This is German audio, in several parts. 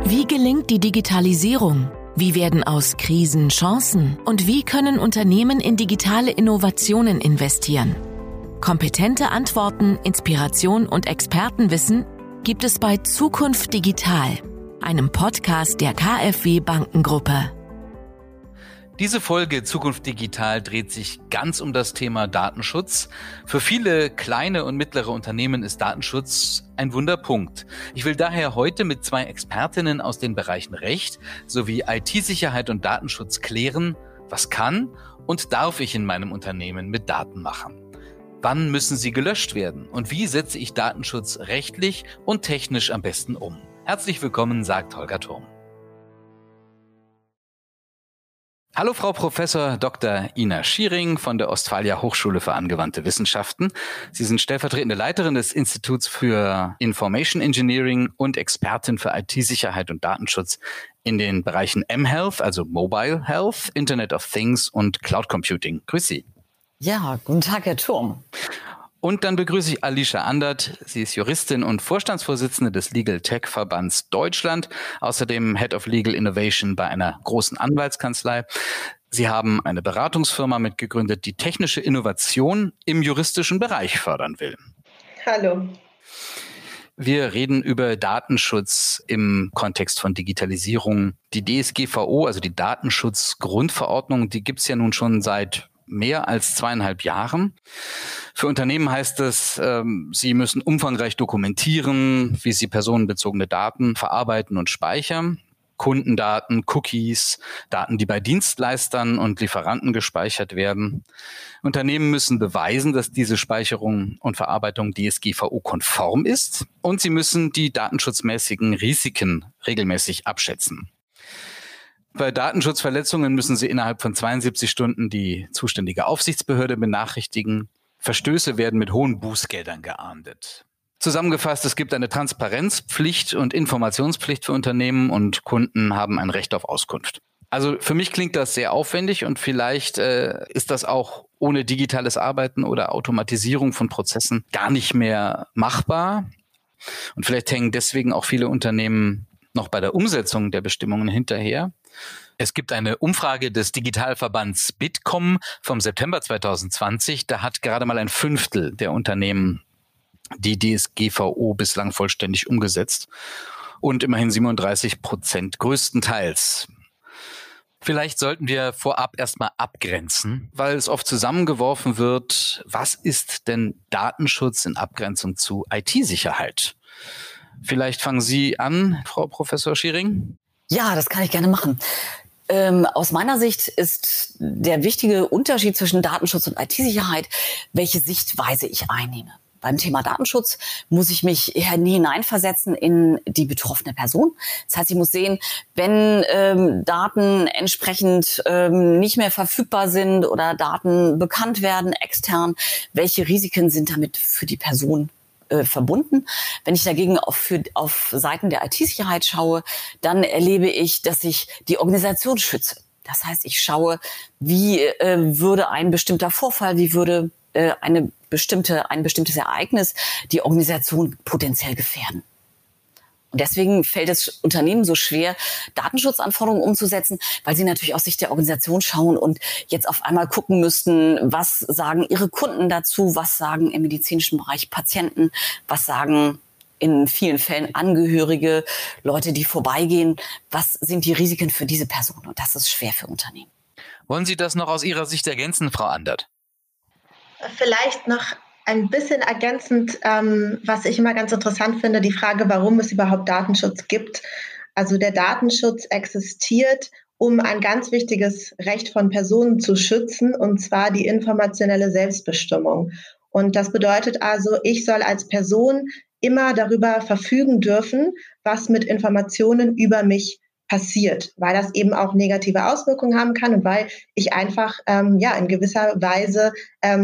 Wie gelingt die Digitalisierung? Wie werden aus Krisen Chancen? Und wie können Unternehmen in digitale Innovationen investieren? Kompetente Antworten, Inspiration und Expertenwissen gibt es bei Zukunft Digital, einem Podcast der KfW Bankengruppe. Diese Folge Zukunft Digital dreht sich ganz um das Thema Datenschutz. Für viele kleine und mittlere Unternehmen ist Datenschutz ein Wunderpunkt. Ich will daher heute mit 2 Expertinnen aus den Bereichen Recht sowie IT-Sicherheit und Datenschutz klären, was kann und darf ich in meinem Unternehmen mit Daten machen? Wann müssen sie gelöscht werden? Und wie setze ich Datenschutz rechtlich und technisch am besten um? Herzlich willkommen, sagt Holger Thurm. Hallo Frau Professor Dr. Ina Schiering von der Ostfalia Hochschule für angewandte Wissenschaften. Sie sind stellvertretende Leiterin des Instituts für Information Engineering und Expertin für IT-Sicherheit und Datenschutz in den Bereichen mHealth, also Mobile Health, Internet of Things und Cloud Computing. Grüß Sie. Ja, guten Tag, Herr Thurm. Und dann begrüße ich Alicia Andert. Sie ist Juristin und Vorstandsvorsitzende des Legal Tech Verbands Deutschland, außerdem Head of Legal Innovation bei einer großen Anwaltskanzlei. Sie haben eine Beratungsfirma mitgegründet, die technische Innovation im juristischen Bereich fördern will. Hallo. Wir reden über Datenschutz im Kontext von Digitalisierung. Die DSGVO, also die Datenschutzgrundverordnung, die gibt es ja nun schon seit mehr als 2,5 Jahren. Für Unternehmen heißt es, sie müssen umfangreich dokumentieren, wie sie personenbezogene Daten verarbeiten und speichern. Kundendaten, Cookies, Daten, die bei Dienstleistern und Lieferanten gespeichert werden. Unternehmen müssen beweisen, dass diese Speicherung und Verarbeitung DSGVO-konform ist, und sie müssen die datenschutzmäßigen Risiken regelmäßig abschätzen. Bei Datenschutzverletzungen müssen sie innerhalb von 72 Stunden die zuständige Aufsichtsbehörde benachrichtigen. Verstöße werden mit hohen Bußgeldern geahndet. Zusammengefasst, es gibt eine Transparenzpflicht und Informationspflicht für Unternehmen, und Kunden haben ein Recht auf Auskunft. Also für mich klingt das sehr aufwendig, und vielleicht ist das auch ohne digitales Arbeiten oder Automatisierung von Prozessen gar nicht mehr machbar. Und vielleicht hängen deswegen auch viele Unternehmen noch bei der Umsetzung der Bestimmungen hinterher. Es gibt eine Umfrage des Digitalverbands Bitkom vom September 2020. Da hat gerade mal 1/5 der Unternehmen die DSGVO bislang vollständig umgesetzt und immerhin 37% größtenteils. Vielleicht sollten wir vorab erstmal abgrenzen, weil es oft zusammengeworfen wird, was ist denn Datenschutz in Abgrenzung zu IT-Sicherheit? Vielleicht fangen Sie an, Frau Professor Schiering. Ja, das kann ich gerne machen. Aus meiner Sicht ist der wichtige Unterschied zwischen Datenschutz und IT-Sicherheit, welche Sichtweise ich einnehme. Beim Thema Datenschutz muss ich mich hineinversetzen in die betroffene Person. Das heißt, ich muss sehen, wenn Daten entsprechend nicht mehr verfügbar sind oder Daten bekannt werden extern, welche Risiken sind damit für die Person verbunden. Wenn ich dagegen auf Seiten der IT-Sicherheit schaue, dann erlebe ich, dass ich die Organisation schütze. Das heißt, ich schaue, wie würde ein bestimmter Vorfall, wie würde ein bestimmtes Ereignis die Organisation potenziell gefährden. Und deswegen fällt es Unternehmen so schwer, Datenschutzanforderungen umzusetzen, weil sie natürlich aus Sicht der Organisation schauen und jetzt auf einmal gucken müssten, was sagen ihre Kunden dazu, was sagen im medizinischen Bereich Patienten, was sagen in vielen Fällen Angehörige, Leute, die vorbeigehen, was sind die Risiken für diese Person? Und das ist schwer für Unternehmen. Wollen Sie das noch aus Ihrer Sicht ergänzen, Frau Andert? Vielleicht noch ein bisschen ergänzend, was ich immer ganz interessant finde, die Frage, warum es überhaupt Datenschutz gibt. Also der Datenschutz existiert, um ein ganz wichtiges Recht von Personen zu schützen, und zwar die informationelle Selbstbestimmung. Und das bedeutet also, ich soll als Person immer darüber verfügen dürfen, was mit Informationen über mich passiert, weil das eben auch negative Auswirkungen haben kann und weil ich einfach in gewisser Weise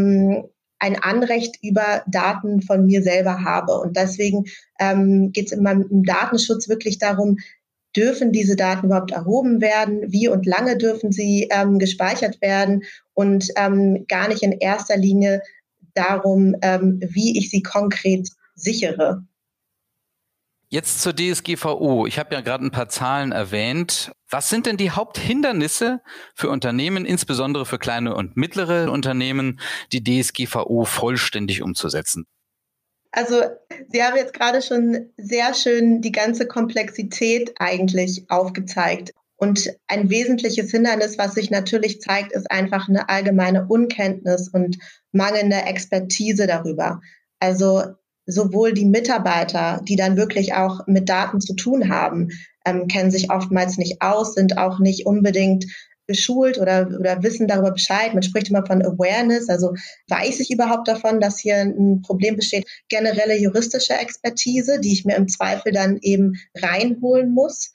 ein Anrecht über Daten von mir selber habe. Und deswegen geht es im Datenschutz wirklich darum, dürfen diese Daten überhaupt erhoben werden, wie und lange dürfen sie gespeichert werden, und gar nicht in erster Linie darum, wie ich sie konkret sichere. Jetzt zur DSGVO. Ich habe ja gerade ein paar Zahlen erwähnt. Was sind denn die Haupthindernisse für Unternehmen, insbesondere für kleine und mittlere Unternehmen, die DSGVO vollständig umzusetzen? Also Sie haben jetzt gerade schon sehr schön die ganze Komplexität eigentlich aufgezeigt. Und ein wesentliches Hindernis, was sich natürlich zeigt, ist einfach eine allgemeine Unkenntnis und mangelnde Expertise darüber. Also sowohl die Mitarbeiter, die dann wirklich auch mit Daten zu tun haben, kennen sich oftmals nicht aus, sind auch nicht unbedingt geschult oder wissen darüber Bescheid. Man spricht immer von Awareness, also weiß ich überhaupt davon, dass hier ein Problem besteht. Generelle juristische Expertise, die ich mir im Zweifel dann eben reinholen muss.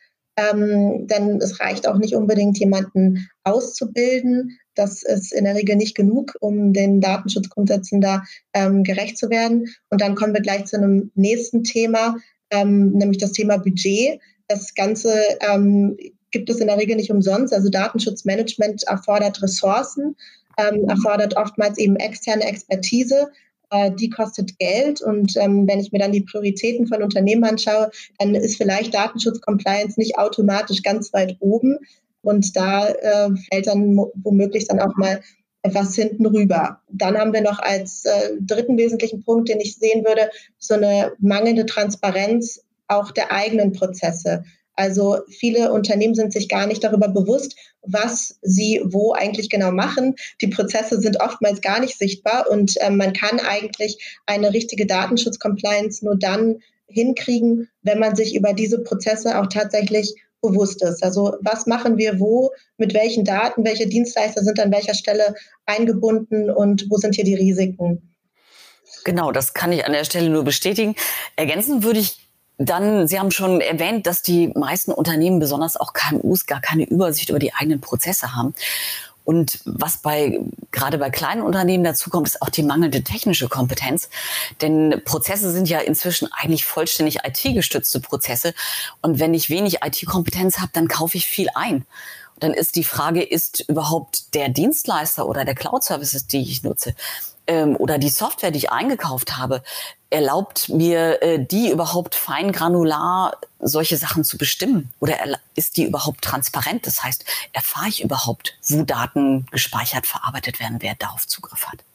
Denn es reicht auch nicht unbedingt, jemanden auszubilden. Das ist in der Regel nicht genug, um den Datenschutzgrundsätzen da gerecht zu werden. Und dann kommen wir gleich zu einem nächsten Thema, nämlich das Thema Budget. Das Ganze gibt es in der Regel nicht umsonst. Also Datenschutzmanagement erfordert Ressourcen, erfordert oftmals eben externe Expertise. Die kostet Geld und wenn ich mir dann die Prioritäten von Unternehmen anschaue, dann ist vielleicht Datenschutz-Compliance nicht automatisch ganz weit oben und da fällt dann womöglich dann auch mal etwas hinten rüber. Dann haben wir noch als dritten wesentlichen Punkt, den ich sehen würde, so eine mangelnde Transparenz auch der eigenen Prozesse. Also viele Unternehmen sind sich gar nicht darüber bewusst, was sie wo eigentlich genau machen. Die Prozesse sind oftmals gar nicht sichtbar und man kann eigentlich eine richtige Datenschutz-Compliance nur dann hinkriegen, wenn man sich über diese Prozesse auch tatsächlich bewusst ist. Also was machen wir wo, mit welchen Daten, welche Dienstleister sind an welcher Stelle eingebunden und wo sind hier die Risiken? Genau, das kann ich an der Stelle nur bestätigen. Ergänzen würde ich dann, Sie haben schon erwähnt, dass die meisten Unternehmen, besonders auch KMUs, gar keine Übersicht über die eigenen Prozesse haben. Und was gerade bei kleinen Unternehmen dazu kommt, ist auch die mangelnde technische Kompetenz. Denn Prozesse sind ja inzwischen eigentlich vollständig IT-gestützte Prozesse. Und wenn ich wenig IT-Kompetenz habe, dann kaufe ich viel ein. Und dann ist die Frage, ist überhaupt der Dienstleister oder der Cloud-Services, die ich nutze, oder die Software, die ich eingekauft habe, erlaubt mir die überhaupt fein granular solche Sachen zu bestimmen? Oder ist die überhaupt transparent? Das heißt, erfahre ich überhaupt, wo Daten gespeichert, verarbeitet werden, wer darauf Zugriff hat?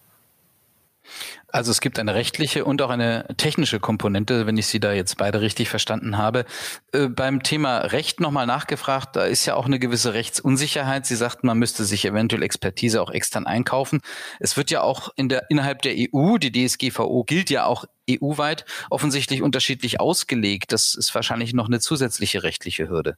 Also es gibt eine rechtliche und auch eine technische Komponente, wenn ich Sie da jetzt beide richtig verstanden habe. Beim Thema Recht nochmal nachgefragt, da ist ja auch eine gewisse Rechtsunsicherheit. Sie sagten, man müsste sich eventuell Expertise auch extern einkaufen. Es wird ja auch innerhalb der EU, die DSGVO gilt ja auch EU-weit, offensichtlich unterschiedlich ausgelegt. Das ist wahrscheinlich noch eine zusätzliche rechtliche Hürde.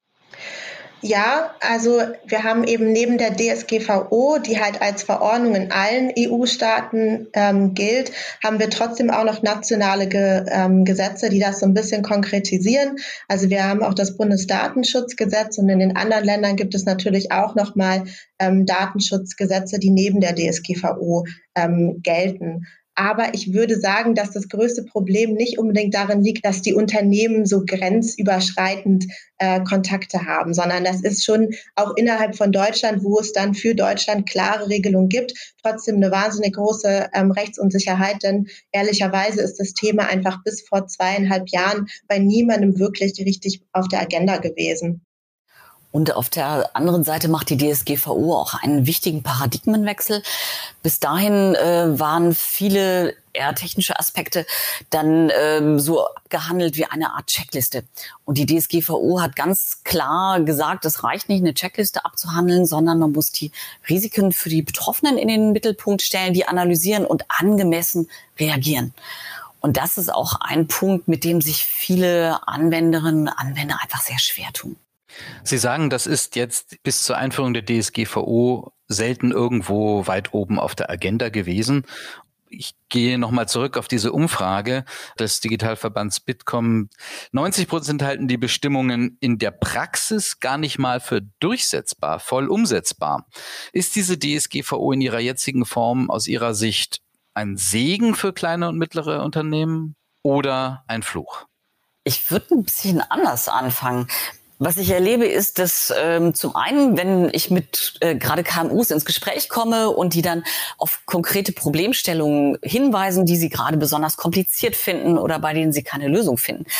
Ja, also wir haben eben neben der DSGVO, die halt als Verordnung in allen EU-Staaten gilt, haben wir trotzdem auch noch nationale Gesetze, die das so ein bisschen konkretisieren. Also wir haben auch das Bundesdatenschutzgesetz und in den anderen Ländern gibt es natürlich auch nochmal Datenschutzgesetze, die neben der DSGVO gelten. Aber ich würde sagen, dass das größte Problem nicht unbedingt darin liegt, dass die Unternehmen so grenzüberschreitend Kontakte haben, sondern das ist schon auch innerhalb von Deutschland, wo es dann für Deutschland klare Regelungen gibt, trotzdem eine wahnsinnig große Rechtsunsicherheit. Denn ehrlicherweise ist das Thema einfach bis vor 2,5 Jahren bei niemandem wirklich richtig auf der Agenda gewesen. Und auf der anderen Seite macht die DSGVO auch einen wichtigen Paradigmenwechsel. Bis dahin waren viele eher technische Aspekte dann so gehandelt wie eine Art Checkliste. Und die DSGVO hat ganz klar gesagt, es reicht nicht, eine Checkliste abzuhandeln, sondern man muss die Risiken für die Betroffenen in den Mittelpunkt stellen, die analysieren und angemessen reagieren. Und das ist auch ein Punkt, mit dem sich viele Anwenderinnen und Anwender einfach sehr schwer tun. Sie sagen, das ist jetzt bis zur Einführung der DSGVO selten irgendwo weit oben auf der Agenda gewesen. Ich gehe nochmal zurück auf diese Umfrage des Digitalverbands Bitkom. 90% halten die Bestimmungen in der Praxis gar nicht mal für durchsetzbar, voll umsetzbar. Ist diese DSGVO in ihrer jetzigen Form aus Ihrer Sicht ein Segen für kleine und mittlere Unternehmen oder ein Fluch? Ich würde ein bisschen anders anfangen. Was ich erlebe, ist, dass zum einen, wenn ich mit gerade KMUs ins Gespräch komme und die dann auf konkrete Problemstellungen hinweisen, die sie gerade besonders kompliziert finden oder bei denen sie keine Lösung finden,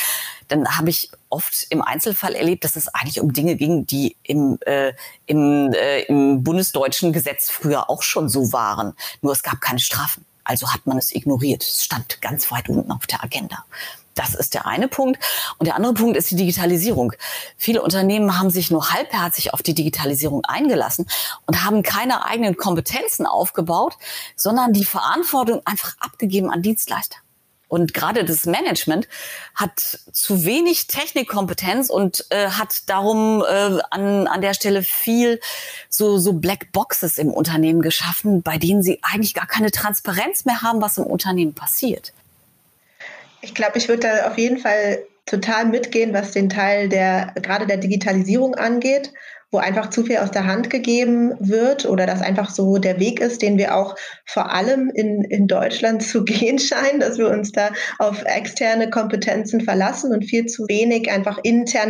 dann habe ich oft im Einzelfall erlebt, dass es eigentlich um Dinge ging, die im bundesdeutschen Gesetz früher auch schon so waren. Nur es gab keine Strafen. Also hat man es ignoriert. Es stand ganz weit unten auf der Agenda. Das ist der eine Punkt. Und der andere Punkt ist die Digitalisierung. Viele Unternehmen haben sich nur halbherzig auf die Digitalisierung eingelassen und haben keine eigenen Kompetenzen aufgebaut, sondern die Verantwortung einfach abgegeben an Dienstleister. Und gerade das Management hat zu wenig Technikkompetenz und hat darum an der Stelle viel so Black Boxes im Unternehmen geschaffen, bei denen sie eigentlich gar keine Transparenz mehr haben, was im Unternehmen passiert. Ich glaube, ich würde da auf jeden Fall total mitgehen, was den Teil gerade der Digitalisierung angeht, wo einfach zu viel aus der Hand gegeben wird oder das einfach so der Weg ist, den wir auch vor allem in Deutschland zu gehen scheinen, dass wir uns da auf externe Kompetenzen verlassen und viel zu wenig einfach international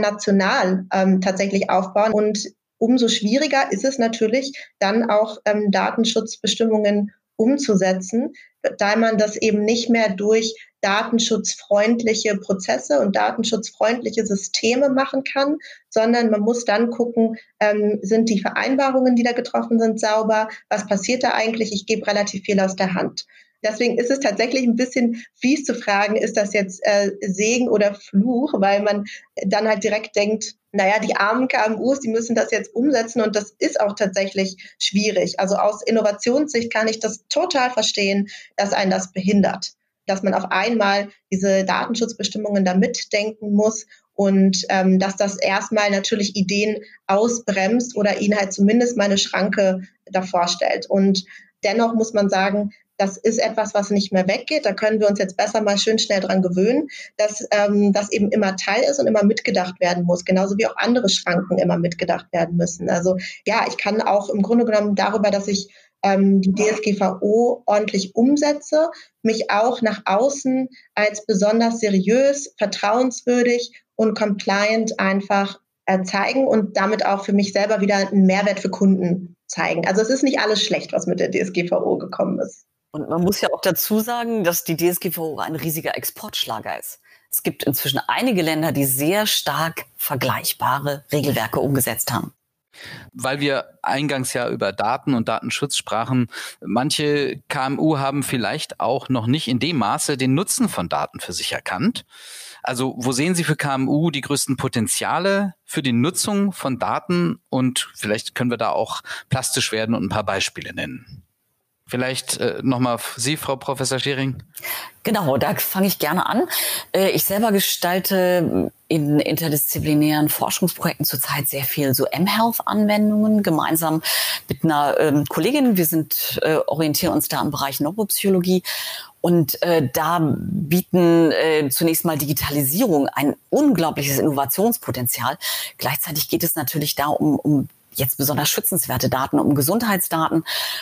tatsächlich aufbauen. Und umso schwieriger ist es natürlich, dann auch Datenschutzbestimmungen umzusetzen, da man das eben nicht mehr durch datenschutzfreundliche Prozesse und datenschutzfreundliche Systeme machen kann, sondern man muss dann gucken, sind die Vereinbarungen, die da getroffen sind, sauber? Was passiert da eigentlich? Ich gebe relativ viel aus der Hand. Deswegen ist es tatsächlich ein bisschen fies zu fragen, ist das jetzt Segen oder Fluch, weil man dann halt direkt denkt, naja, die armen KMUs, die müssen das jetzt umsetzen und das ist auch tatsächlich schwierig. Also aus Innovationssicht kann ich das total verstehen, dass einen das behindert, dass man auf einmal diese Datenschutzbestimmungen da mitdenken muss und dass das erstmal natürlich Ideen ausbremst oder ihnen halt zumindest mal eine Schranke davor stellt. Und dennoch muss man sagen, das ist etwas, was nicht mehr weggeht. Da können wir uns jetzt besser mal schön schnell dran gewöhnen, dass das eben immer Teil ist und immer mitgedacht werden muss. Genauso wie auch andere Schranken immer mitgedacht werden müssen. Also ja, ich kann auch im Grunde genommen darüber, dass ich die DSGVO ordentlich umsetze, mich auch nach außen als besonders seriös, vertrauenswürdig und compliant einfach zeigen und damit auch für mich selber wieder einen Mehrwert für Kunden zeigen. Also es ist nicht alles schlecht, was mit der DSGVO gekommen ist. Und man muss ja auch dazu sagen, dass die DSGVO ein riesiger Exportschlager ist. Es gibt inzwischen einige Länder, die sehr stark vergleichbare Regelwerke umgesetzt haben. Weil wir eingangs ja über Daten und Datenschutz sprachen, manche KMU haben vielleicht auch noch nicht in dem Maße den Nutzen von Daten für sich erkannt. Also wo sehen Sie für KMU die größten Potenziale für die Nutzung von Daten? Und vielleicht können wir da auch plastisch werden und ein paar Beispiele nennen. Vielleicht nochmal Sie, Frau Professor Schering. Genau, da fange ich gerne an. Ich selber gestalte in interdisziplinären Forschungsprojekten zurzeit sehr viel so mHealth-Anwendungen gemeinsam mit einer Kollegin. Wir orientieren uns da im Bereich Neuropsychologie. Und da bieten zunächst mal Digitalisierung ein unglaubliches Innovationspotenzial. Gleichzeitig geht es natürlich da um jetzt besonders schützenswerte Daten, um Gesundheitsdaten.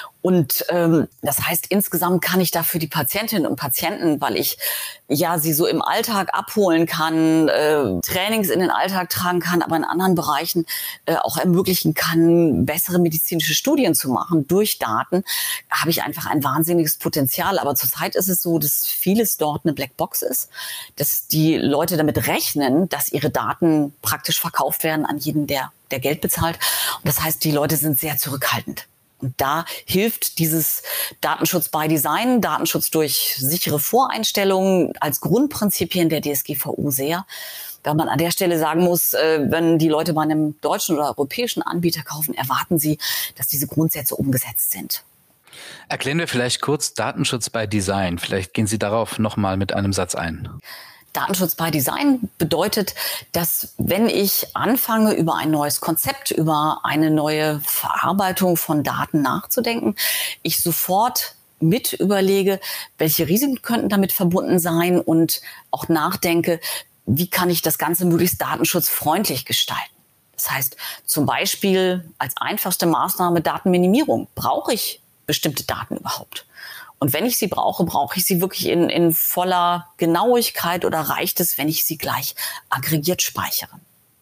Und das heißt, insgesamt kann ich dafür die Patientinnen und Patienten, weil ich ja sie so im Alltag abholen kann, Trainings in den Alltag tragen kann, aber in anderen Bereichen auch ermöglichen kann, bessere medizinische Studien zu machen durch Daten, habe ich einfach ein wahnsinniges Potenzial. Aber zurzeit ist es so, dass vieles dort eine Blackbox ist, dass die Leute damit rechnen, dass ihre Daten praktisch verkauft werden an jeden, der Geld bezahlt. Und das heißt, die Leute sind sehr zurückhaltend. Und da hilft dieses Datenschutz by Design, Datenschutz durch sichere Voreinstellungen als Grundprinzipien der DSGVO sehr. Weil man an der Stelle sagen muss, wenn die Leute bei einem deutschen oder europäischen Anbieter kaufen, erwarten sie, dass diese Grundsätze umgesetzt sind. Erklären wir vielleicht kurz Datenschutz by Design. Vielleicht gehen Sie darauf nochmal mit einem Satz ein. Datenschutz by Design bedeutet, dass wenn ich anfange, über ein neues Konzept, über eine neue Verarbeitung von Daten nachzudenken, ich sofort mit überlege, welche Risiken könnten damit verbunden sein und auch nachdenke, wie kann ich das Ganze möglichst datenschutzfreundlich gestalten. Das heißt zum Beispiel als einfachste Maßnahme Datenminimierung. Brauche ich bestimmte Daten überhaupt? Und wenn ich sie brauche, brauche ich sie wirklich in voller Genauigkeit oder reicht es, wenn ich sie gleich aggregiert speichere?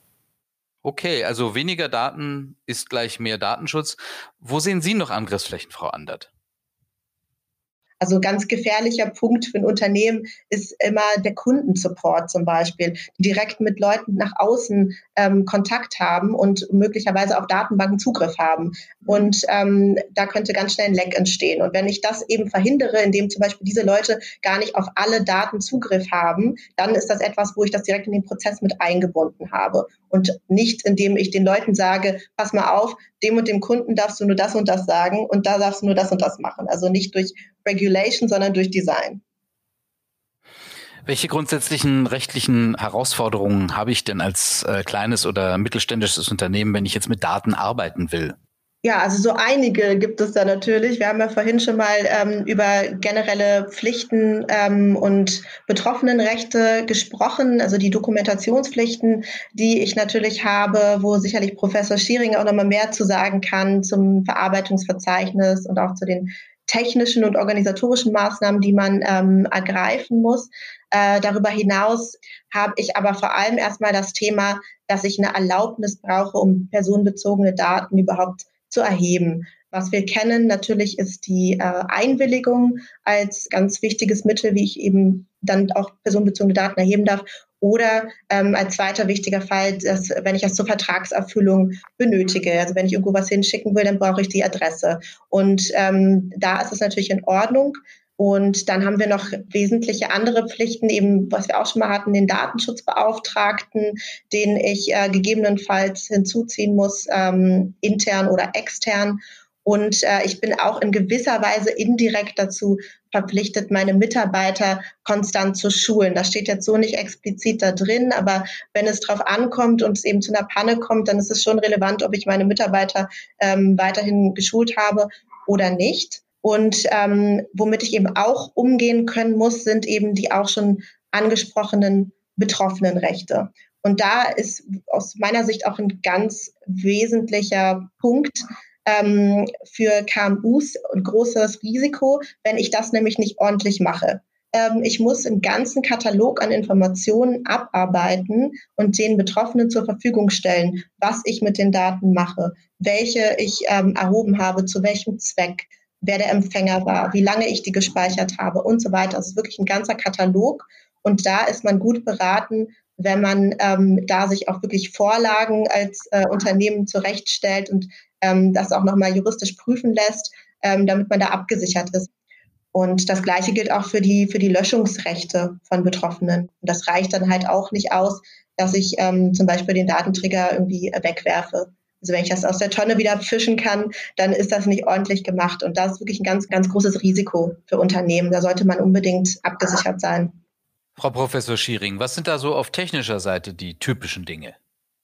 Okay, also weniger Daten ist gleich mehr Datenschutz. Wo sehen Sie noch Angriffsflächen, Frau Andert? Also ganz gefährlicher Punkt für ein Unternehmen ist immer der Kundensupport zum Beispiel, die direkt mit Leuten nach außen Kontakt haben und möglicherweise auf Datenbanken Zugriff haben. Und da könnte ganz schnell ein Leck entstehen. Und wenn ich das eben verhindere, indem zum Beispiel diese Leute gar nicht auf alle Daten Zugriff haben, dann ist das etwas, wo ich das direkt in den Prozess mit eingebunden habe. Und nicht, indem ich den Leuten sage, pass mal auf, dem und dem Kunden darfst du nur das und das sagen und da darfst du nur das und das machen. Also nicht durch Regulation, sondern durch Design. Welche grundsätzlichen rechtlichen Herausforderungen habe ich denn als kleines oder mittelständisches Unternehmen, wenn ich jetzt mit Daten arbeiten will? Ja, also so einige gibt es da natürlich. Wir haben ja vorhin schon mal über generelle Pflichten und Betroffenenrechte gesprochen, also die Dokumentationspflichten, die ich natürlich habe, wo sicherlich Professor Schiering auch nochmal mehr zu sagen kann zum Verarbeitungsverzeichnis und auch zu den technischen und organisatorischen Maßnahmen, die man ergreifen muss. Darüber hinaus habe ich aber vor allem erstmal das Thema, dass ich eine Erlaubnis brauche, um personenbezogene Daten überhaupt zu erheben. Was wir kennen natürlich ist die Einwilligung als ganz wichtiges Mittel, wie ich eben dann auch personenbezogene Daten erheben darf. Oder als zweiter wichtiger Fall, dass wenn ich das zur Vertragserfüllung benötige, also wenn ich irgendwo was hinschicken will, dann brauche ich die Adresse. Und da ist es natürlich in Ordnung. Und dann haben wir noch wesentliche andere Pflichten, eben was wir auch schon mal hatten, den Datenschutzbeauftragten, den ich gegebenenfalls hinzuziehen muss, intern oder extern. Und ich bin auch in gewisser Weise indirekt dazu verpflichtet, meine Mitarbeiter konstant zu schulen. Das steht jetzt so nicht explizit da drin, aber wenn es drauf ankommt und es eben zu einer Panne kommt, dann ist es schon relevant, ob ich meine Mitarbeiter weiterhin geschult habe oder nicht. Und womit ich eben auch umgehen können muss, sind eben die auch schon angesprochenen Betroffenenrechte. Und da ist aus meiner Sicht auch ein ganz wesentlicher Punkt für KMUs ein großes Risiko, wenn ich das nämlich nicht ordentlich mache. Ich muss einen ganzen Katalog an Informationen abarbeiten und den Betroffenen zur Verfügung stellen, was ich mit den Daten mache, welche ich erhoben habe, zu welchem Zweck, wer der Empfänger war, wie lange ich die gespeichert habe und so weiter. Das ist wirklich ein ganzer Katalog. Und da ist man gut beraten, wenn man da sich auch wirklich Vorlagen als Unternehmen zurechtstellt und das auch nochmal juristisch prüfen lässt, damit man da abgesichert ist. Und das Gleiche gilt auch für die Löschungsrechte von Betroffenen. Und das reicht dann halt auch nicht aus, dass ich zum Beispiel den Datenträger irgendwie wegwerfe. Also wenn ich das aus der Tonne wieder fischen kann, dann ist das nicht ordentlich gemacht. Und das ist wirklich ein ganz, ganz großes Risiko für Unternehmen. Da sollte man unbedingt abgesichert sein. Frau Professor Schiering, was sind da so auf technischer Seite die typischen Dinge?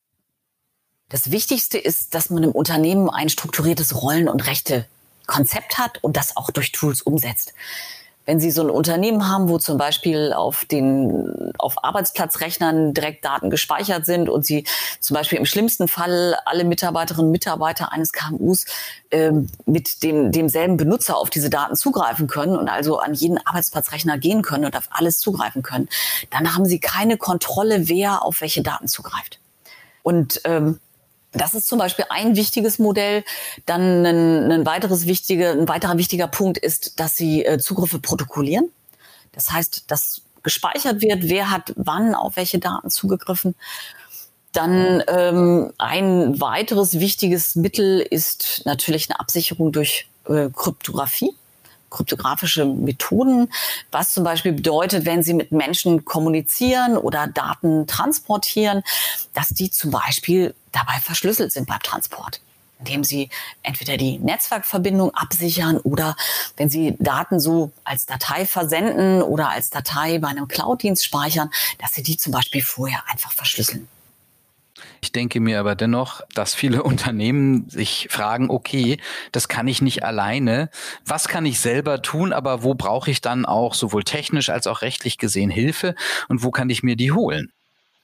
Das Wichtigste ist, dass man im Unternehmen ein strukturiertes Rollen- und Rechtekonzept hat und das auch durch Tools umsetzt. Wenn Sie so ein Unternehmen haben, wo zum Beispiel auf Arbeitsplatzrechnern direkt Daten gespeichert sind und Sie zum Beispiel im schlimmsten Fall alle Mitarbeiterinnen und Mitarbeiter eines KMUs mit demselben Benutzer auf diese Daten zugreifen können und also an jeden Arbeitsplatzrechner gehen können und auf alles zugreifen können, dann haben Sie keine Kontrolle, wer auf welche Daten zugreift. Und das ist zum Beispiel ein wichtiges Modell. Dann ein weiterer wichtiger Punkt ist, dass Sie Zugriffe protokollieren. Das heißt, dass gespeichert wird, wer hat wann auf welche Daten zugegriffen. Dann ein weiteres wichtiges Mittel ist natürlich eine Absicherung durch Kryptographie. Kryptografische Methoden, was zum Beispiel bedeutet, wenn Sie mit Menschen kommunizieren oder Daten transportieren, dass die zum Beispiel dabei verschlüsselt sind beim Transport, indem Sie entweder die Netzwerkverbindung absichern oder wenn Sie Daten so als Datei versenden oder als Datei bei einem Cloud-Dienst speichern, dass Sie die zum Beispiel vorher einfach verschlüsseln. Ich denke mir aber dennoch, dass viele Unternehmen sich fragen, okay, das kann ich nicht alleine. Was kann ich selber tun, aber wo brauche ich dann auch sowohl technisch als auch rechtlich gesehen Hilfe und wo kann ich mir die holen?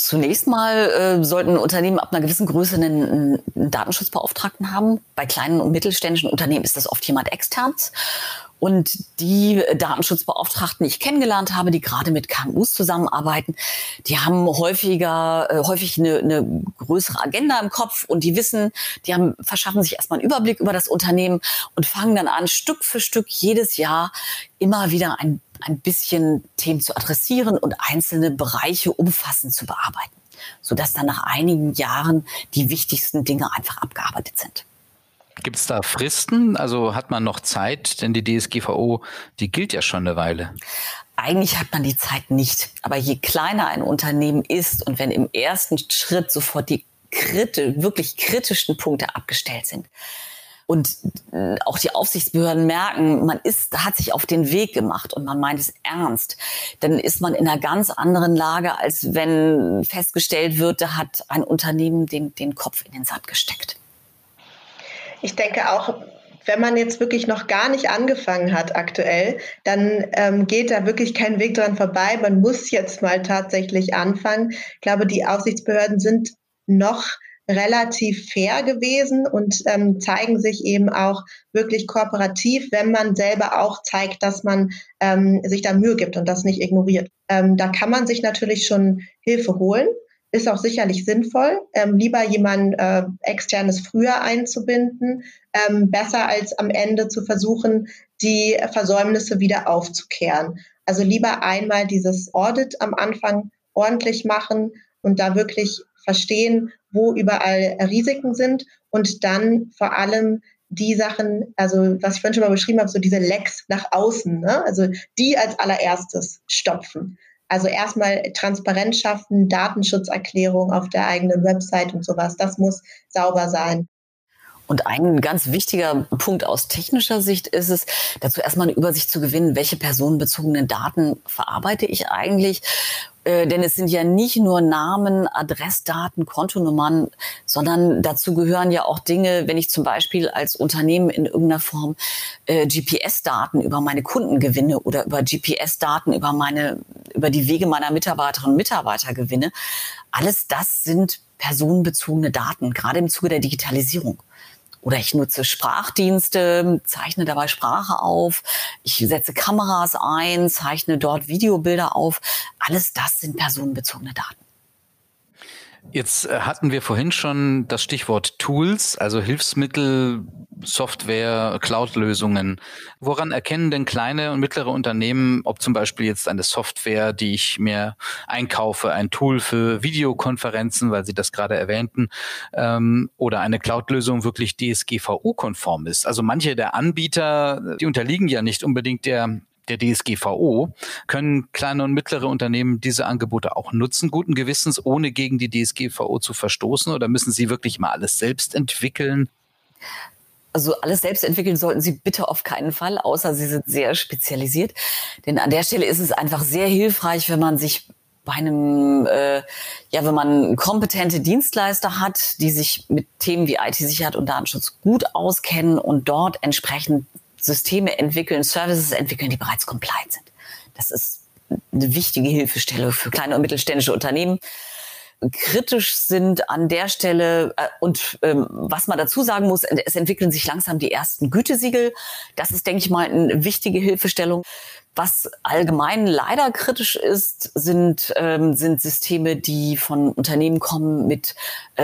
Zunächst mal sollten Unternehmen ab einer gewissen Größe einen Datenschutzbeauftragten haben. Bei kleinen und mittelständischen Unternehmen ist das oft jemand Externes. Und die Datenschutzbeauftragten, die ich kennengelernt habe, die gerade mit KMUs zusammenarbeiten, die haben häufig eine größere Agenda im Kopf und die verschaffen sich erstmal einen Überblick über das Unternehmen und fangen dann an, Stück für Stück jedes Jahr immer wieder ein bisschen Themen zu adressieren und einzelne Bereiche umfassend zu bearbeiten, sodass dann nach einigen Jahren die wichtigsten Dinge einfach abgearbeitet sind. Gibt es da Fristen? Also hat man noch Zeit? Denn die DSGVO, die gilt ja schon eine Weile. Eigentlich hat man die Zeit nicht. Aber je kleiner ein Unternehmen ist und wenn im ersten Schritt sofort die wirklich kritischen Punkte abgestellt sind und auch die Aufsichtsbehörden merken, hat sich auf den Weg gemacht und man meint es ernst, dann ist man in einer ganz anderen Lage, als wenn festgestellt wird, da hat ein Unternehmen den Kopf in den Sand gesteckt. Ich denke auch, wenn man jetzt wirklich noch gar nicht angefangen hat aktuell, dann geht da wirklich kein Weg dran vorbei. Man muss jetzt mal tatsächlich anfangen. Ich glaube, die Aufsichtsbehörden sind noch relativ fair gewesen und zeigen sich eben auch wirklich kooperativ, wenn man selber auch zeigt, dass man sich da Mühe gibt und das nicht ignoriert. Da kann man sich natürlich schon Hilfe holen. Ist auch sicherlich sinnvoll, lieber jemand Externes früher einzubinden, besser als am Ende zu versuchen, die Versäumnisse wieder aufzukehren. Also lieber einmal dieses Audit am Anfang ordentlich machen und da wirklich verstehen, wo überall Risiken sind und dann vor allem die Sachen, also was ich vorhin schon mal beschrieben habe, so diese Lecks nach außen, ne? Also die als allererstes stopfen. Also erstmal Transparenz schaffen, Datenschutzerklärung auf der eigenen Website und sowas. Das muss sauber sein. Und ein ganz wichtiger Punkt aus technischer Sicht ist es, dazu erstmal eine Übersicht zu gewinnen, welche personenbezogenen Daten verarbeite ich eigentlich. Denn es sind ja nicht nur Namen, Adressdaten, Kontonummern, sondern dazu gehören ja auch Dinge, wenn ich zum Beispiel als Unternehmen in irgendeiner Form GPS-Daten über meine Kunden gewinne oder über GPS-Daten über die Wege meiner Mitarbeiterinnen und Mitarbeiter gewinne. Alles das sind personenbezogene Daten, gerade im Zuge der Digitalisierung. Oder ich nutze Sprachdienste, zeichne dabei Sprache auf, ich setze Kameras ein, zeichne dort Videobilder auf. Alles das sind personenbezogene Daten. Jetzt hatten wir vorhin schon das Stichwort Tools, also Hilfsmittel, Software, Cloud-Lösungen. Woran erkennen denn kleine und mittlere Unternehmen, ob zum Beispiel jetzt eine Software, die ich mir einkaufe, ein Tool für Videokonferenzen, weil Sie das gerade erwähnten, oder eine Cloud-Lösung wirklich DSGVO-konform ist? Also manche der Anbieter, die unterliegen ja nicht unbedingt der DSGVO, können kleine und mittlere Unternehmen diese Angebote auch nutzen, guten Gewissens, ohne gegen die DSGVO zu verstoßen, oder müssen sie wirklich mal alles selbst entwickeln? Also alles selbst entwickeln sollten Sie bitte auf keinen Fall, außer Sie sind sehr spezialisiert. Denn an der Stelle ist es einfach sehr hilfreich, wenn man sich bei wenn man kompetente Dienstleister hat, die sich mit Themen wie IT-Sicherheit und Datenschutz gut auskennen und dort entsprechend Systeme entwickeln, Services entwickeln, die bereits compliant sind. Das ist eine wichtige Hilfestelle für kleine und mittelständische Unternehmen. Kritisch sind an der Stelle was man dazu sagen muss, es entwickeln sich langsam die ersten Gütesiegel. Das ist, denke ich mal, eine wichtige Hilfestellung. Was allgemein leider kritisch ist, sind Systeme, die von Unternehmen kommen mit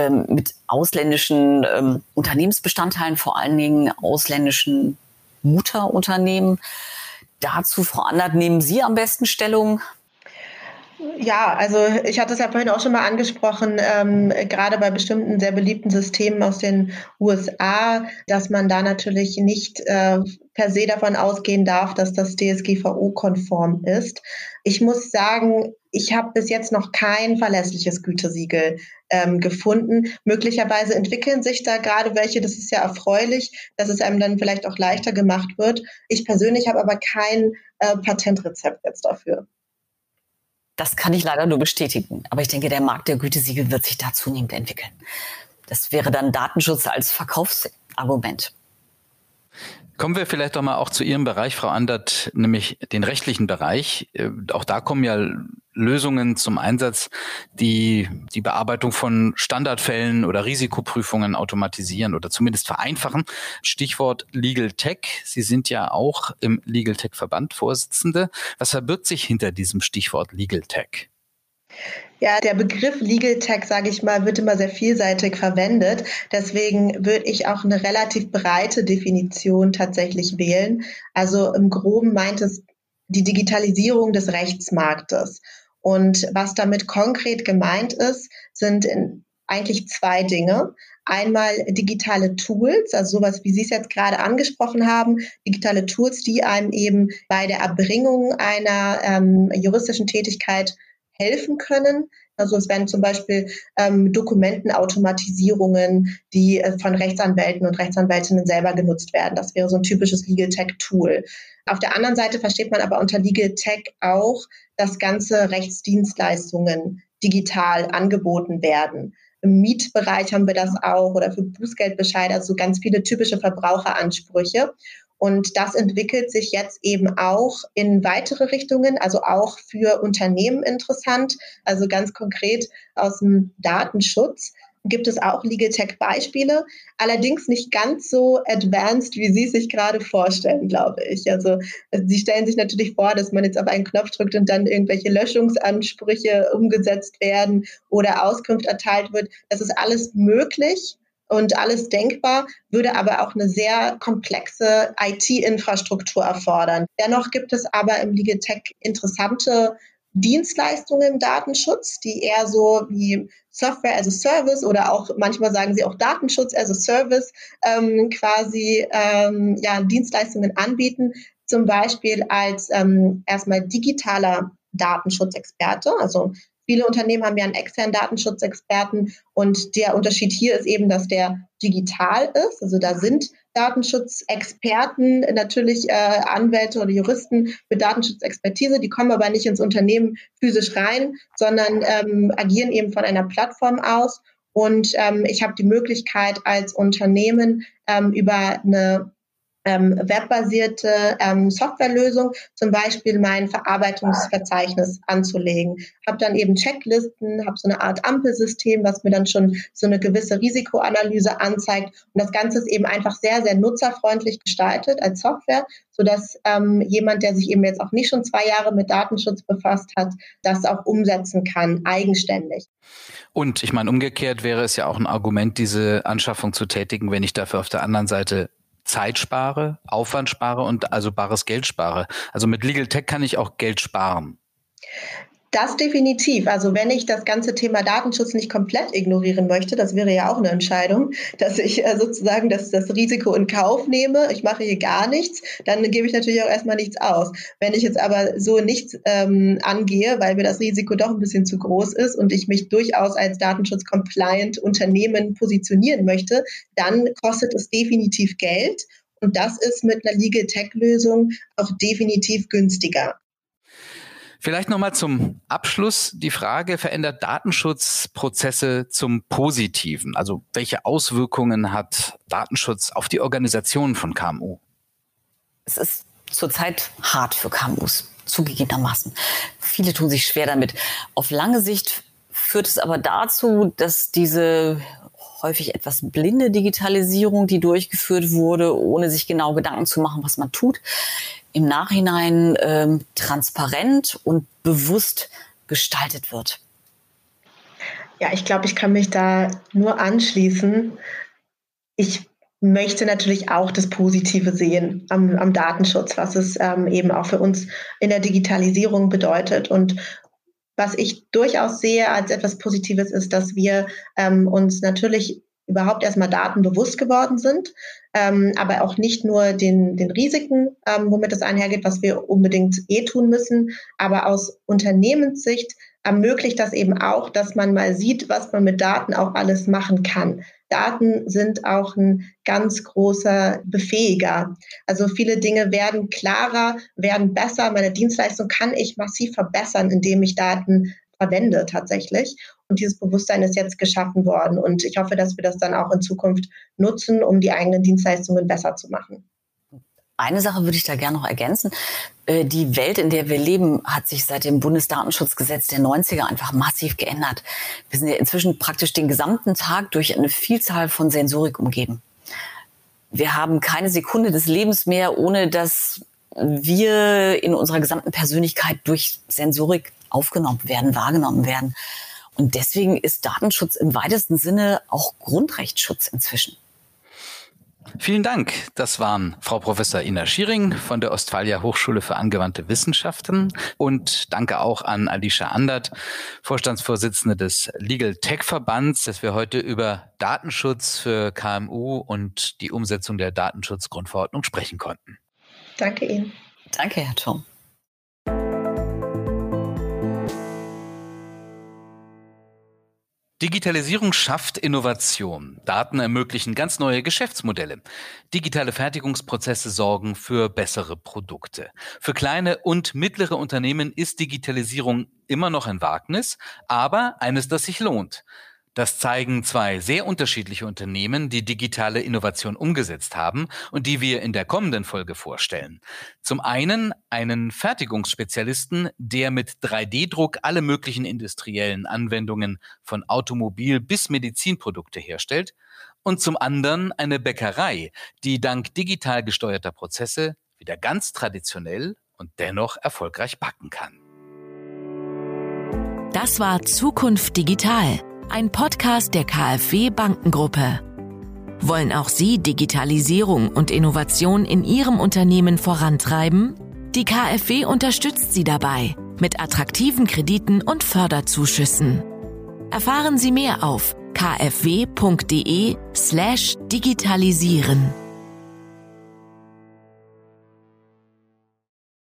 ausländischen Unternehmensbestandteilen, vor allen Dingen ausländischen Mutterunternehmen. Dazu, Frau Andert, nehmen Sie am besten Stellung? Ja, also ich hatte es ja vorhin auch schon mal angesprochen, gerade bei bestimmten sehr beliebten Systemen aus den USA, dass man da natürlich nicht per se davon ausgehen darf, dass das DSGVO-konform ist. Ich muss sagen, ich habe bis jetzt noch kein verlässliches Gütesiegel gefunden. Möglicherweise entwickeln sich da gerade welche, das ist ja erfreulich, dass es einem dann vielleicht auch leichter gemacht wird. Ich persönlich habe aber kein Patentrezept jetzt dafür. Das kann ich leider nur bestätigen. Aber ich denke, der Markt der Gütesiegel wird sich da zunehmend entwickeln. Das wäre dann Datenschutz als Verkaufsargument. Kommen wir vielleicht doch mal auch zu Ihrem Bereich, Frau Andert, nämlich den rechtlichen Bereich. Auch da kommen ja Lösungen zum Einsatz, die die Bearbeitung von Standardfällen oder Risikoprüfungen automatisieren oder zumindest vereinfachen. Stichwort Legal Tech. Sie sind ja auch im Legal Tech Verband Vorsitzende. Was verbirgt sich hinter diesem Stichwort Legal Tech? Ja, der Begriff Legal Tech, sage ich mal, wird immer sehr vielseitig verwendet. Deswegen würde ich auch eine relativ breite Definition tatsächlich wählen. Also im Groben meint es die Digitalisierung des Rechtsmarktes. Und was damit konkret gemeint ist, sind eigentlich zwei Dinge. Einmal digitale Tools, also sowas, wie Sie es jetzt gerade angesprochen haben, digitale Tools, die einem eben bei der Erbringung einer juristischen Tätigkeit helfen können. Also es werden zum Beispiel Dokumentenautomatisierungen, die von Rechtsanwälten und Rechtsanwältinnen selber genutzt werden. Das wäre so ein typisches Legal Tech Tool. Auf der anderen Seite versteht man aber unter Legal Tech auch, dass ganze Rechtsdienstleistungen digital angeboten werden. Im Mietbereich haben wir das auch oder für Bußgeldbescheide, also ganz viele typische Verbraucheransprüche. Und das entwickelt sich jetzt eben auch in weitere Richtungen, also auch für Unternehmen interessant. Also ganz konkret aus dem Datenschutz gibt es auch Legal Tech Beispiele, allerdings nicht ganz so advanced, wie Sie es sich gerade vorstellen, glaube ich. Also Sie stellen sich natürlich vor, dass man jetzt auf einen Knopf drückt und dann irgendwelche Löschungsansprüche umgesetzt werden oder Auskunft erteilt wird. Das ist alles möglich und alles denkbar, würde aber auch eine sehr komplexe IT-Infrastruktur erfordern. Dennoch gibt es aber im Legal Tech interessante Dienstleistungen im Datenschutz, die eher so wie Software as a Service oder auch manchmal sagen sie auch Datenschutz as a Service Dienstleistungen anbieten, zum Beispiel als erstmal digitaler Datenschutzexperte. Also viele Unternehmen haben ja einen externen Datenschutzexperten und der Unterschied hier ist eben, dass der digital ist. Also da sind Datenschutzexperten, natürlich Anwälte oder Juristen mit Datenschutzexpertise, die kommen aber nicht ins Unternehmen physisch rein, sondern agieren eben von einer Plattform aus. Und ich habe die Möglichkeit als Unternehmen über eine webbasierte Softwarelösung, zum Beispiel mein Verarbeitungsverzeichnis anzulegen. Habe dann eben Checklisten, habe so eine Art Ampelsystem, was mir dann schon so eine gewisse Risikoanalyse anzeigt. Und das Ganze ist eben einfach sehr, sehr nutzerfreundlich gestaltet als Software, sodass jemand, der sich eben jetzt auch nicht schon 2 Jahre mit Datenschutz befasst hat, das auch umsetzen kann, eigenständig. Und ich meine, umgekehrt wäre es ja auch ein Argument, diese Anschaffung zu tätigen, wenn ich dafür auf der anderen Seite Zeit spare, Aufwand spare und also bares Geld spare. Also mit Legal Tech kann ich auch Geld sparen. Das definitiv. Also wenn ich das ganze Thema Datenschutz nicht komplett ignorieren möchte, das wäre ja auch eine Entscheidung, dass ich sozusagen das Risiko in Kauf nehme, ich mache hier gar nichts, dann gebe ich natürlich auch erstmal nichts aus. Wenn ich jetzt aber so nichts angehe, weil mir das Risiko doch ein bisschen zu groß ist und ich mich durchaus als Datenschutz-compliant Unternehmen positionieren möchte, dann kostet es definitiv Geld und das ist mit einer Legal Tech-Lösung auch definitiv günstiger. Vielleicht nochmal zum Abschluss die Frage, verändert Datenschutzprozesse zum Positiven? Also welche Auswirkungen hat Datenschutz auf die Organisation von KMU? Es ist zurzeit hart für KMUs, zugegebenermaßen. Viele tun sich schwer damit. Auf lange Sicht führt es aber dazu, dass diese häufig etwas blinde Digitalisierung, die durchgeführt wurde, ohne sich genau Gedanken zu machen, was man tut, im Nachhinein transparent und bewusst gestaltet wird. Ja, ich glaube, ich kann mich da nur anschließen. Ich möchte natürlich auch das Positive sehen am Datenschutz, was es eben auch für uns in der Digitalisierung bedeutet. Und was ich durchaus sehe als etwas Positives ist, dass wir uns natürlich überhaupt erstmal Daten bewusst geworden sind, aber auch nicht nur den Risiken, womit das einhergeht, was wir unbedingt tun müssen, aber aus Unternehmenssicht ermöglicht das eben auch, dass man mal sieht, was man mit Daten auch alles machen kann. Daten sind auch ein ganz großer Befähiger. Also viele Dinge werden klarer, werden besser. Meine Dienstleistung kann ich massiv verbessern, indem ich Daten verwende tatsächlich. Und dieses Bewusstsein ist jetzt geschaffen worden. Und ich hoffe, dass wir das dann auch in Zukunft nutzen, um die eigenen Dienstleistungen besser zu machen. Eine Sache würde ich da gerne noch ergänzen. Die Welt, in der wir leben, hat sich seit dem Bundesdatenschutzgesetz der 90er einfach massiv geändert. Wir sind ja inzwischen praktisch den gesamten Tag durch eine Vielzahl von Sensorik umgeben. Wir haben keine Sekunde des Lebens mehr, ohne dass wir in unserer gesamten Persönlichkeit durch Sensorik aufgenommen werden, wahrgenommen werden. Und deswegen ist Datenschutz im weitesten Sinne auch Grundrechtsschutz inzwischen. Vielen Dank. Das waren Frau Professor Ina Schiering von der Ostfalia Hochschule für angewandte Wissenschaften und danke auch an Alicia Andert, Vorstandsvorsitzende des Legal Tech Verbands, dass wir heute über Datenschutz für KMU und die Umsetzung der Datenschutzgrundverordnung sprechen konnten. Danke Ihnen. Danke, Herr Thom. Digitalisierung schafft Innovation. Daten ermöglichen ganz neue Geschäftsmodelle. Digitale Fertigungsprozesse sorgen für bessere Produkte. Für kleine und mittlere Unternehmen ist Digitalisierung immer noch ein Wagnis, aber eines, das sich lohnt. Das zeigen zwei sehr unterschiedliche Unternehmen, die digitale Innovation umgesetzt haben und die wir in der kommenden Folge vorstellen. Zum einen einen Fertigungsspezialisten, der mit 3D-Druck alle möglichen industriellen Anwendungen von Automobil- bis Medizinprodukte herstellt. Und zum anderen eine Bäckerei, die dank digital gesteuerter Prozesse wieder ganz traditionell und dennoch erfolgreich backen kann. Das war Zukunft Digital. Ein Podcast der KfW Bankengruppe. Wollen auch Sie Digitalisierung und Innovation in Ihrem Unternehmen vorantreiben? Die KfW unterstützt Sie dabei mit attraktiven Krediten und Förderzuschüssen. Erfahren Sie mehr auf kfw.de/digitalisieren.